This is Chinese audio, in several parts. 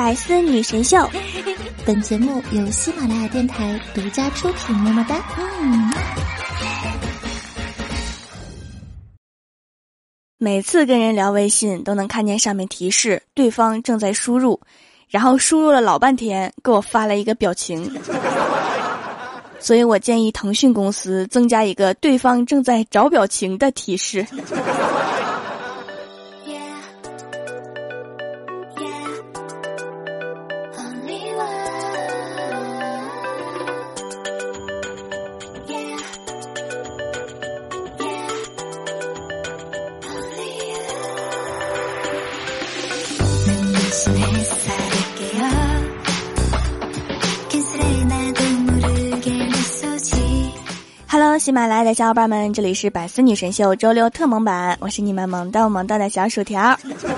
百思女神秀，本节目由喜马拉雅电台独家出品，么么哒。 每次跟人聊微信都能看见上面提示对方正在输入，然后输入了老半天给我发了一个表情。所以我建议腾讯公司增加一个对方正在找表情的提示。Hello， 喜马拉雅的小伙伴们，这里是百思女神秀周六特萌版，我是你们萌到的小薯条。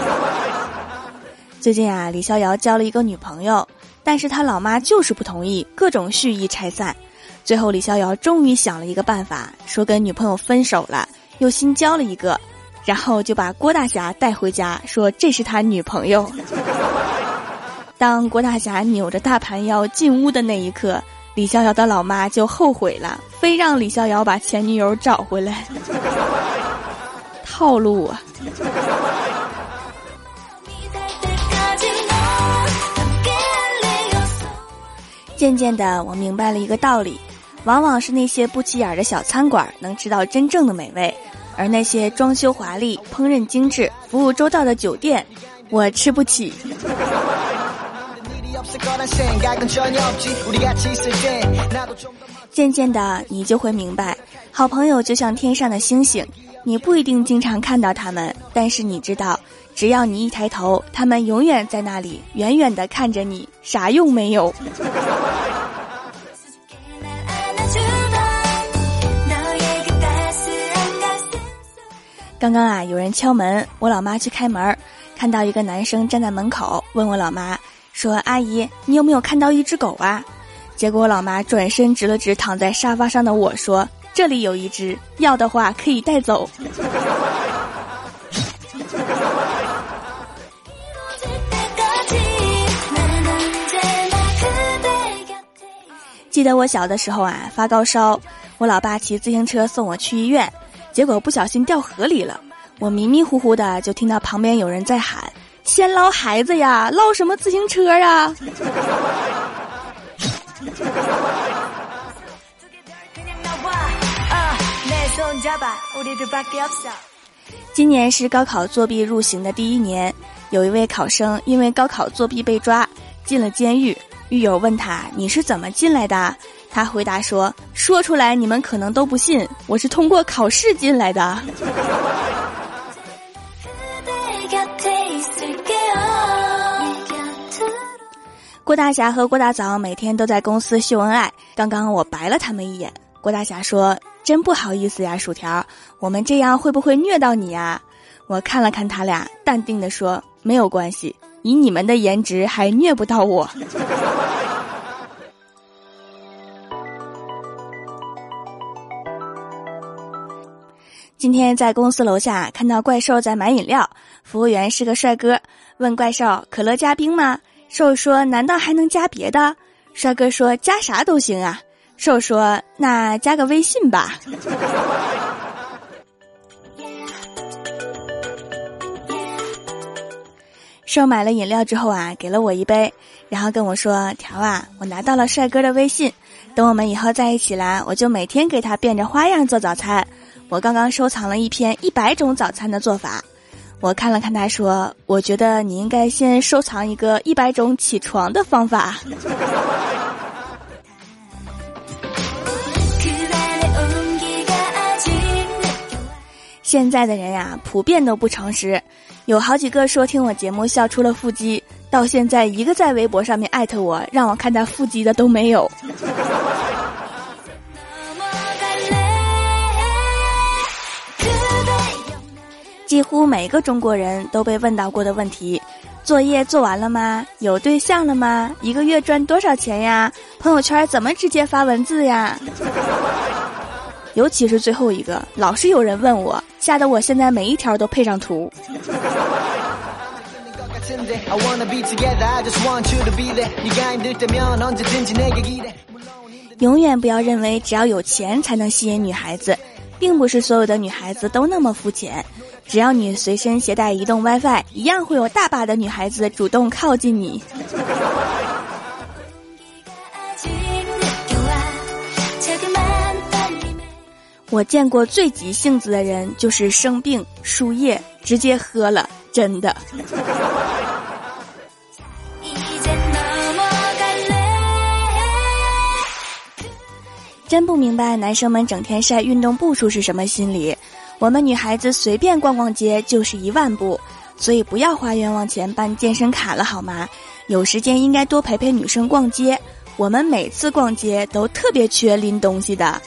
最近啊，李逍遥交了一个女朋友，但是他老妈就是不同意，各种蓄意拆散。最后李逍遥终于想了一个办法，说跟女朋友分手了，又新交了一个，然后就把郭大侠带回家，说这是他女朋友。当郭大侠扭着大盘腰进屋的那一刻，李逍遥的老妈就后悔了，非让李逍遥把前女友找回来。套路啊！渐渐的我明白了一个道理，往往是那些不起眼的小餐馆能吃到真正的美味，而那些装修华丽、烹饪精致、服务周到的酒店，我吃不起。渐渐的你就会明白，好朋友就像天上的星星，你不一定经常看到他们，但是你知道，只要你一抬头，他们永远在那里远远地看着你，啥用没有。刚刚啊，有人敲门，我老妈去开门，看到一个男生站在门口，问我老妈说，阿姨，你有没有看到一只狗啊？结果我老妈转身指了指躺在沙发上的我，说，这里有一只，要的话可以带走。记得我小的时候啊，发高烧，我老爸骑自行车送我去医院，结果不小心掉河里了，我迷迷糊糊的就听到旁边有人在喊，先捞孩子呀，捞什么自行车呀？今年是高考作弊入刑的第一年，有一位考生因为高考作弊被抓，进了监狱。狱友问他，你是怎么进来的？他回答说，说出来你们可能都不信，我是通过考试进来的。郭大侠和郭大嫂每天都在公司秀恩爱，刚刚我白了他们一眼。郭大侠说，真不好意思呀，薯条，我们这样会不会虐到你呀？我看了看他俩，淡定地说，没有关系，以你们的颜值还虐不到我。今天在公司楼下看到怪兽在买饮料，服务员是个帅哥，问怪兽，可乐加冰吗？兽说，难道还能加别的？帅哥说，加啥都行啊。兽说，那加个微信吧。兽买了饮料之后啊，给了我一杯，然后跟我说，条啊，我拿到了帅哥的微信，等我们以后在一起啦，我就每天给他变着花样做早餐。我刚刚收藏了一篇100种早餐的做法。我看了看他说，我觉得你应该先收藏一个100种起床的方法。现在的人呀，普遍都不诚实，有好几个说听我节目笑出了腹肌，到现在一个在微博上面艾特我，让我看他腹肌的都没有。几乎每个中国人都被问到过的问题，作业做完了吗？有对象了吗？一个月赚多少钱呀？朋友圈怎么直接发文字呀？尤其是最后一个，老是有人问我，吓得我现在每一条都配上图。 永远不要认为只要有钱才能吸引女孩子，并不是所有的女孩子都那么肤浅。只要你随身携带移动 WiFi， 一样会有大把的女孩子主动靠近你。我见过最急性子的人就是生病输液直接喝了，真的。真不明白男生们整天晒运动步数是什么心理。我们女孩子随便逛逛街就是1万步，所以不要花冤枉钱办健身卡了好吗？有时间应该多陪陪女生逛街，我们每次逛街都特别缺拎东西的。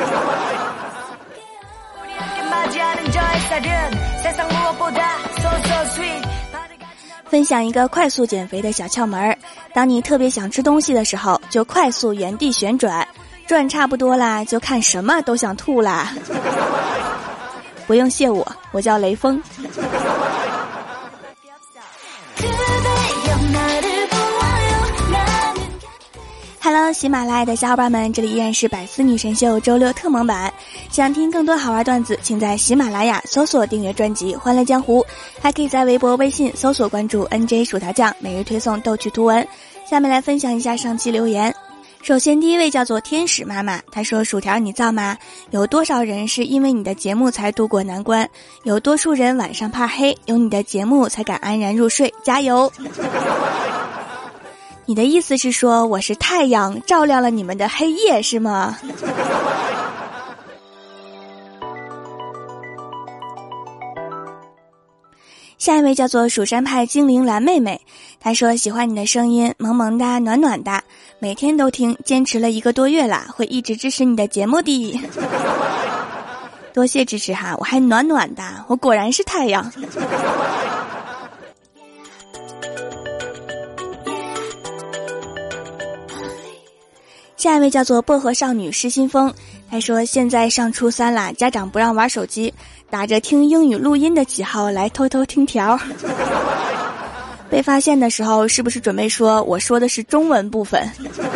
分享一个快速减肥的小窍门，当你特别想吃东西的时候，就快速原地旋转，转差不多啦，就看什么都想吐啦。不用谢我，我叫雷锋。Hello， 喜马拉雅的小伙伴们，这里依然是百思女神秀周六特蒙版。想听更多好玩段子，请在喜马拉雅搜索订阅专辑《欢乐江湖》，还可以在微博、微信搜索关注 NJ 薯条酱，每日推送逗趣图文。下面来分享一下上期留言。首先第一位叫做天使妈妈，她说：薯条你造吗？有多少人是因为你的节目才度过难关？有多数人晚上怕黑，有你的节目才敢安然入睡，加油。你的意思是说我是太阳照亮了你们的黑夜是吗？下一位叫做蜀山派精灵蓝妹妹，她说喜欢你的声音，萌萌哒暖暖哒，每天都听，坚持了1个多月啦，会一直支持你的节目的。多谢支持哈，我还暖暖哒，我果然是太阳。下一位叫做薄荷少女失心疯，她说现在上初3啦，家长不让玩手机，打着听英语录音的旗号来偷偷听条。被发现的时候是不是准备说我说的是中文部分？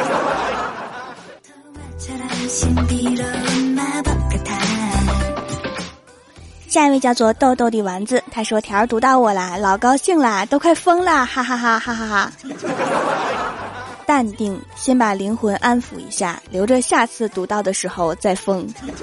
下一位叫做豆豆的丸子，他说条读到我啦，老高兴啦，都快疯啦，哈哈哈哈哈哈。淡定，先把灵魂安抚一下，留着下次读到的时候再疯。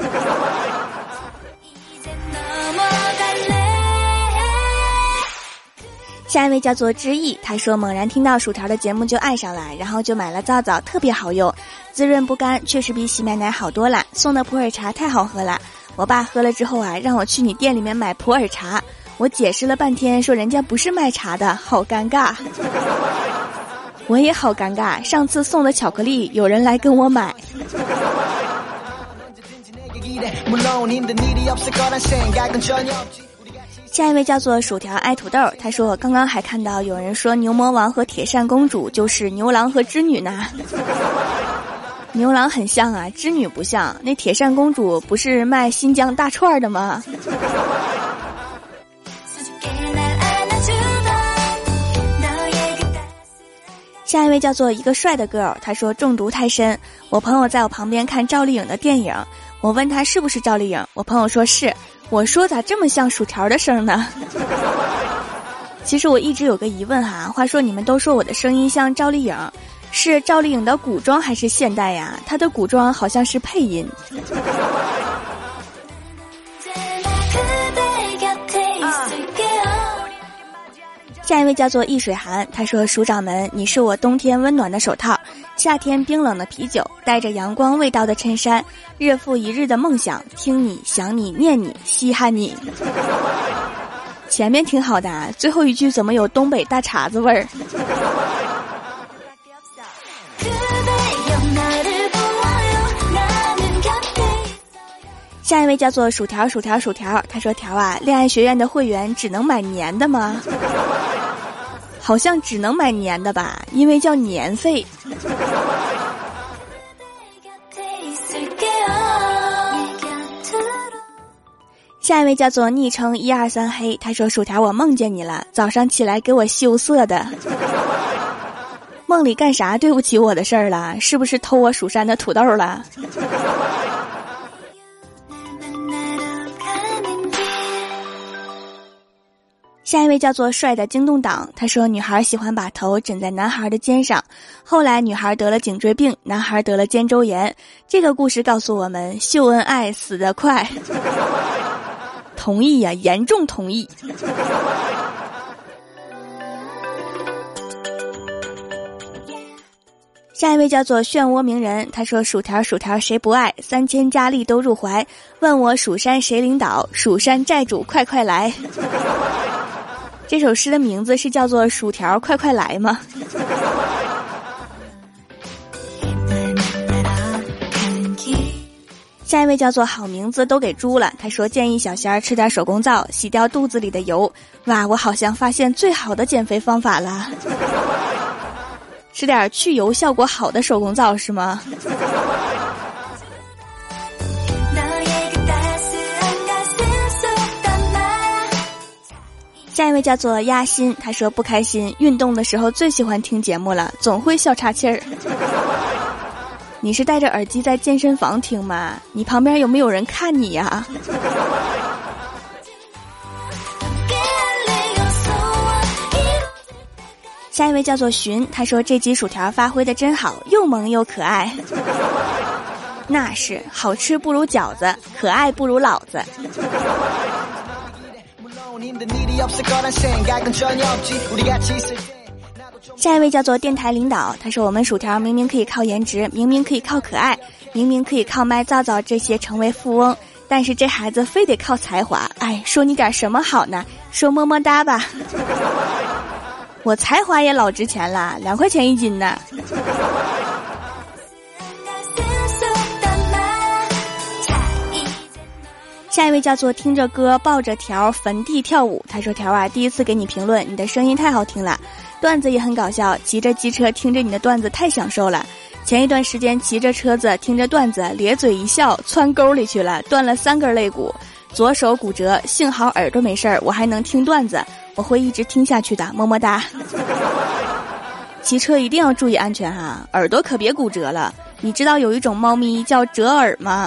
下一位叫做知意，他说猛然听到薯条的节目就爱上了，然后就买了皂皂，特别好用，滋润不干，确实比洗面奶好多了，送的普洱茶太好喝了，我爸喝了之后啊，让我去你店里面买普洱茶，我解释了半天说人家不是卖茶的，好尴尬。我也好尴尬，上次送的巧克力有人来跟我买。下一位叫做薯条爱土豆，他说我刚刚还看到有人说牛魔王和铁扇公主就是牛郎和织女呢。牛郎很像啊，织女不像，那铁扇公主不是卖新疆大串的吗？下一位叫做一个帅的 girl， 他说中毒太深，我朋友在我旁边看赵丽颖的电影，我问他是不是赵丽颖，我朋友说是，我说咋这么像薯条的声呢？其实我一直有个疑问哈，话说你们都说我的声音像赵丽颖，是赵丽颖的古装还是现代呀？她的古装好像是配音。下一位叫做易水寒，他说署长们，你是我冬天温暖的手套，夏天冰冷的啤酒，带着阳光味道的衬衫，日复一日的梦想，听你想你念你稀罕你。前面挺好的啊，最后一句怎么有东北大碴子味儿？下一位叫做薯条，他说条啊，恋爱学院的会员只能买年的吗？好像只能买年的吧，因为叫年费。 下一位叫做昵称123黑，他说薯条我梦见你了，早上起来给我羞涩的。梦里干啥对不起我的事儿了？是不是偷我蜀山的土豆了？下一位叫做帅的惊动党，他说女孩喜欢把头枕在男孩的肩上，后来女孩得了颈椎病，男孩得了肩周炎。这个故事告诉我们，秀恩爱死得快。同意呀，严重同意。下一位叫做漩涡鸣人，他说薯条谁不爱，3000佳丽都入怀，问我蜀山谁领导，蜀山寨主快快来。这首诗的名字是叫做薯条快快来吗？下一位叫做好名字都给猪了，他说建议小仙儿吃点手工皂，洗掉肚子里的油。哇，我好像发现最好的减肥方法了。吃点去油效果好的手工皂是吗？下一位叫做鸭心，他说不开心，运动的时候最喜欢听节目了，总会笑岔气儿。你是戴着耳机在健身房听吗？你旁边有没有人看你呀？下一位叫做寻，他说这集薯条发挥的真好，又萌又可爱。那是好吃不如饺子，可爱不如老子。下一位叫做电台领导，他说我们薯条明明可以靠颜值，明明可以靠可爱，明明可以靠卖皂皂这些成为富翁，但是这孩子非得靠才华。哎，说你点什么好呢？说么么哒吧。我才华也老值钱了，2块钱1斤呢。下一位叫做听着歌抱着条坟地跳舞，他说条啊，第一次给你评论，你的声音太好听了，段子也很搞笑，骑着机车听着你的段子太享受了。前一段时间骑着车子听着段子，咧嘴一笑窜沟里去了，断了3根肋骨，左手骨折，幸好耳朵没事儿，我还能听段子，我会一直听下去的，么么哒。骑车一定要注意安全啊，耳朵可别骨折了。你知道有一种猫咪叫折耳吗？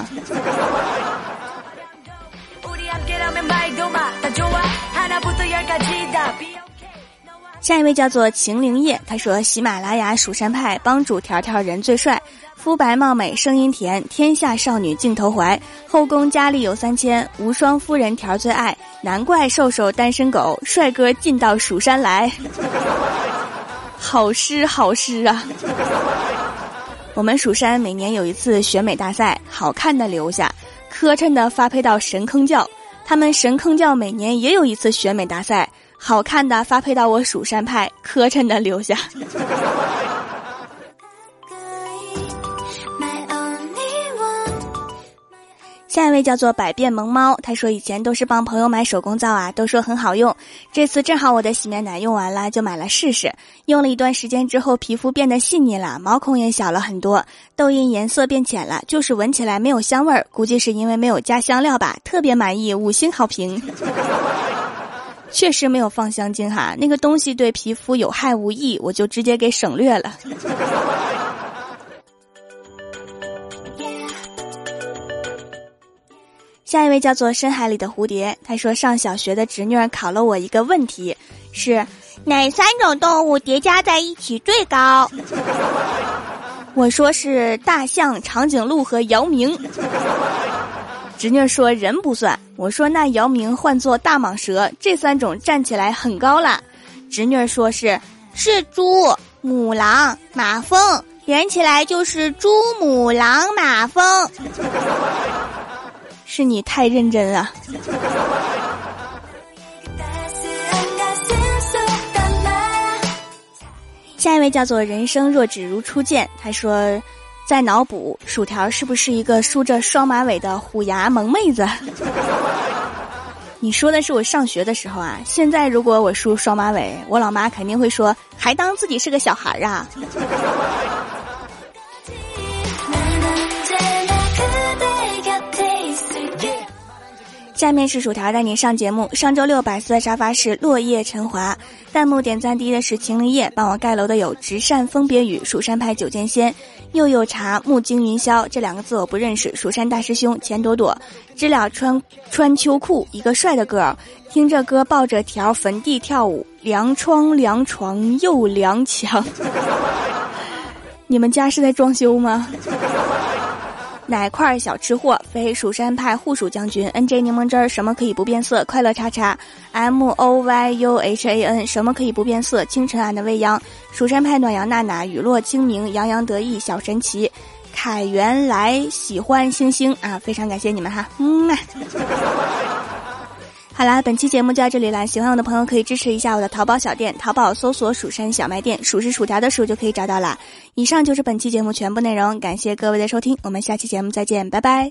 下一位叫做晴灵叶，他说喜马拉雅蜀山派帮主条条人最帅，肤白貌美声音甜，天下少女镜头怀，后宫佳丽有3000，无双夫人条最爱，难怪瘦瘦单身狗，帅哥进到蜀山来。好诗好诗啊。我们蜀山每年有一次选美大赛，好看的留下，磕碜的发配到神坑教。他们神坑教每年也有一次选美大赛，好看的发配到我蜀山派，磕碜的留下。下一位叫做百变萌猫，他说以前都是帮朋友买手工皂啊，都说很好用，这次正好我的洗面奶用完了，就买了试试，用了一段时间之后皮肤变得细腻了，毛孔也小了很多，痘印颜色变浅了，就是闻起来没有香味儿，估计是因为没有加香料吧，特别满意，5星好评。确实没有放香精哈，那个东西对皮肤有害无益，我就直接给省略了。下一位叫做深海里的蝴蝶，他说上小学的侄女考了我一个问题，是哪3种动物叠加在一起最高？我说是大象、长颈鹿和姚明。侄女说人不算，我说那姚明换作大蟒蛇，这3种站起来很高了。侄女说是猪、母狼、马蜂，连起来就是猪母狼马蜂。是你太认真了。下一位叫做人生若只如初见，他说在脑补薯条是不是一个梳着双马尾的虎牙萌妹子。你说的是我上学的时候啊，现在如果我梳双马尾，我老妈肯定会说还当自己是个小孩啊。 下面是薯条带你上节目。上周六百思的沙发是落叶陈华，弹幕点赞第一的是秦灵叶，帮我盖楼的有直扇风别雨、蜀山派九剑仙、又有茶、木惊云霄，这2个字我不认识。蜀山大师兄钱朵朵，知了穿秋裤，一个帅的歌儿，听着歌抱着条坟地跳舞，凉窗凉床又凉墙。你们家是在装修吗？奶块小吃货，非蜀山派护蜀将军 NJ 柠檬汁儿，什么可以不变色？快乐叉叉 MOYUHAN， 什么可以不变色？清晨俺的未央，蜀山派暖阳娜娜，雨落清明，洋洋得意小神奇，凯源来喜欢星星啊，非常感谢你们哈，好啦，本期节目就到这里了。喜欢我的朋友可以支持一下我的淘宝小店，淘宝搜索蜀山小卖店，蜀是薯条的蜀就可以找到啦。以上就是本期节目全部内容，感谢各位的收听，我们下期节目再见，拜拜。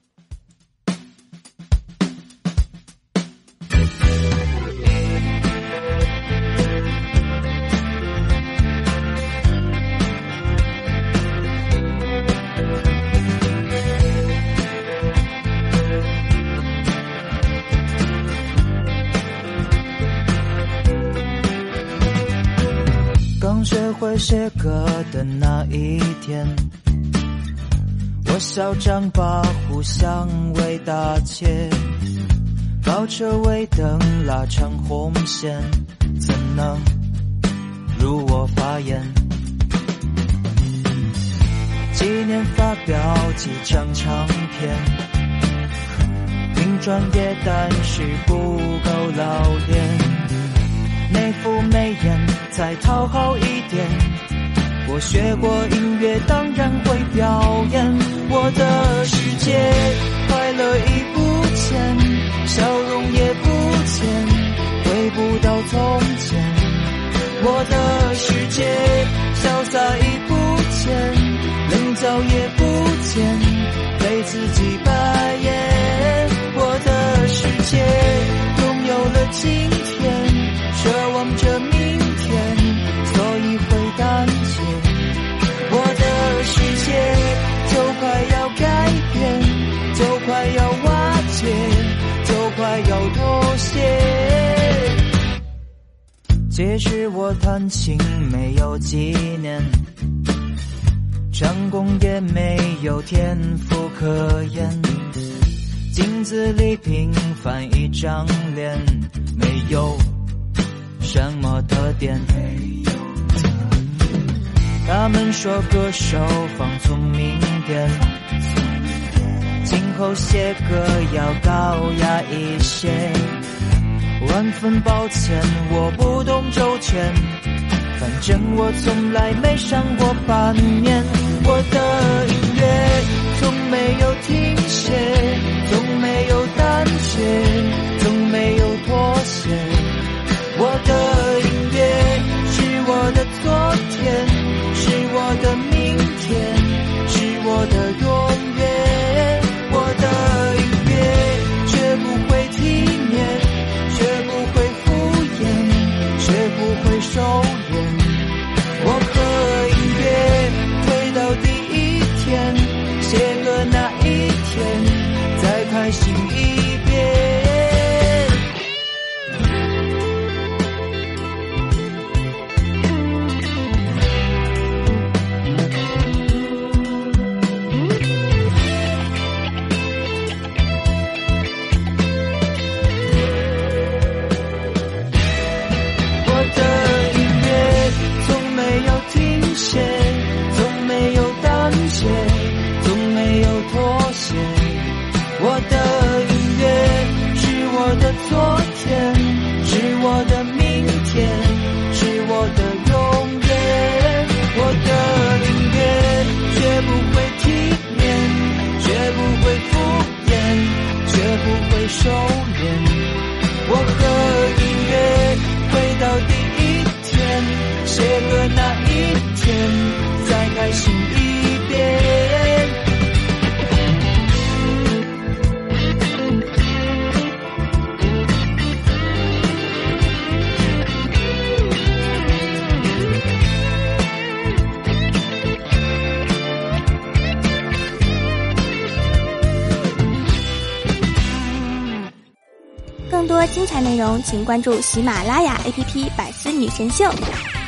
刚学会写歌的那一天，我校长把互相为大切，高车尾灯拉长红线，怎能如我发言？纪念发表几张唱片，挺专业但是不够老练，没肤没颜才讨好一点，我学过音乐当然会表演，我的世界快乐已不见，笑容也不见，回不到从前，我的世界潇洒已不见，棱角也不见，被自己白眼，我的世界拥有了今天，奢望着明天，所以会胆怯，我的世界就快要改变，就快要瓦解，就快要妥协。即使我弹琴没有几年，唱功也没有天赋可言，镜子里平凡一张脸，没有什么特点。他们说歌手放聪明点，今后写歌要高雅一些，万分抱歉我不懂周全，反正我从来没上过半年，我的音乐从没有停歇，从没有胆怯，从没有妥协，我的音乐是我的昨天，是我的明天，是我的永远，我的音乐绝不会体面，绝不会敷衍，绝不会收敛，我和音乐回到第一天，写歌那一天，再开心一遍。我的音乐是我的昨天，是我的明天，是我的永远，我的音乐绝不会体面，绝不会敷衍，绝不会收敛，我和音乐回到第一天，写歌那一天，再开心一遍。 精彩内容，请关注喜马拉雅 APP 百思女神秀。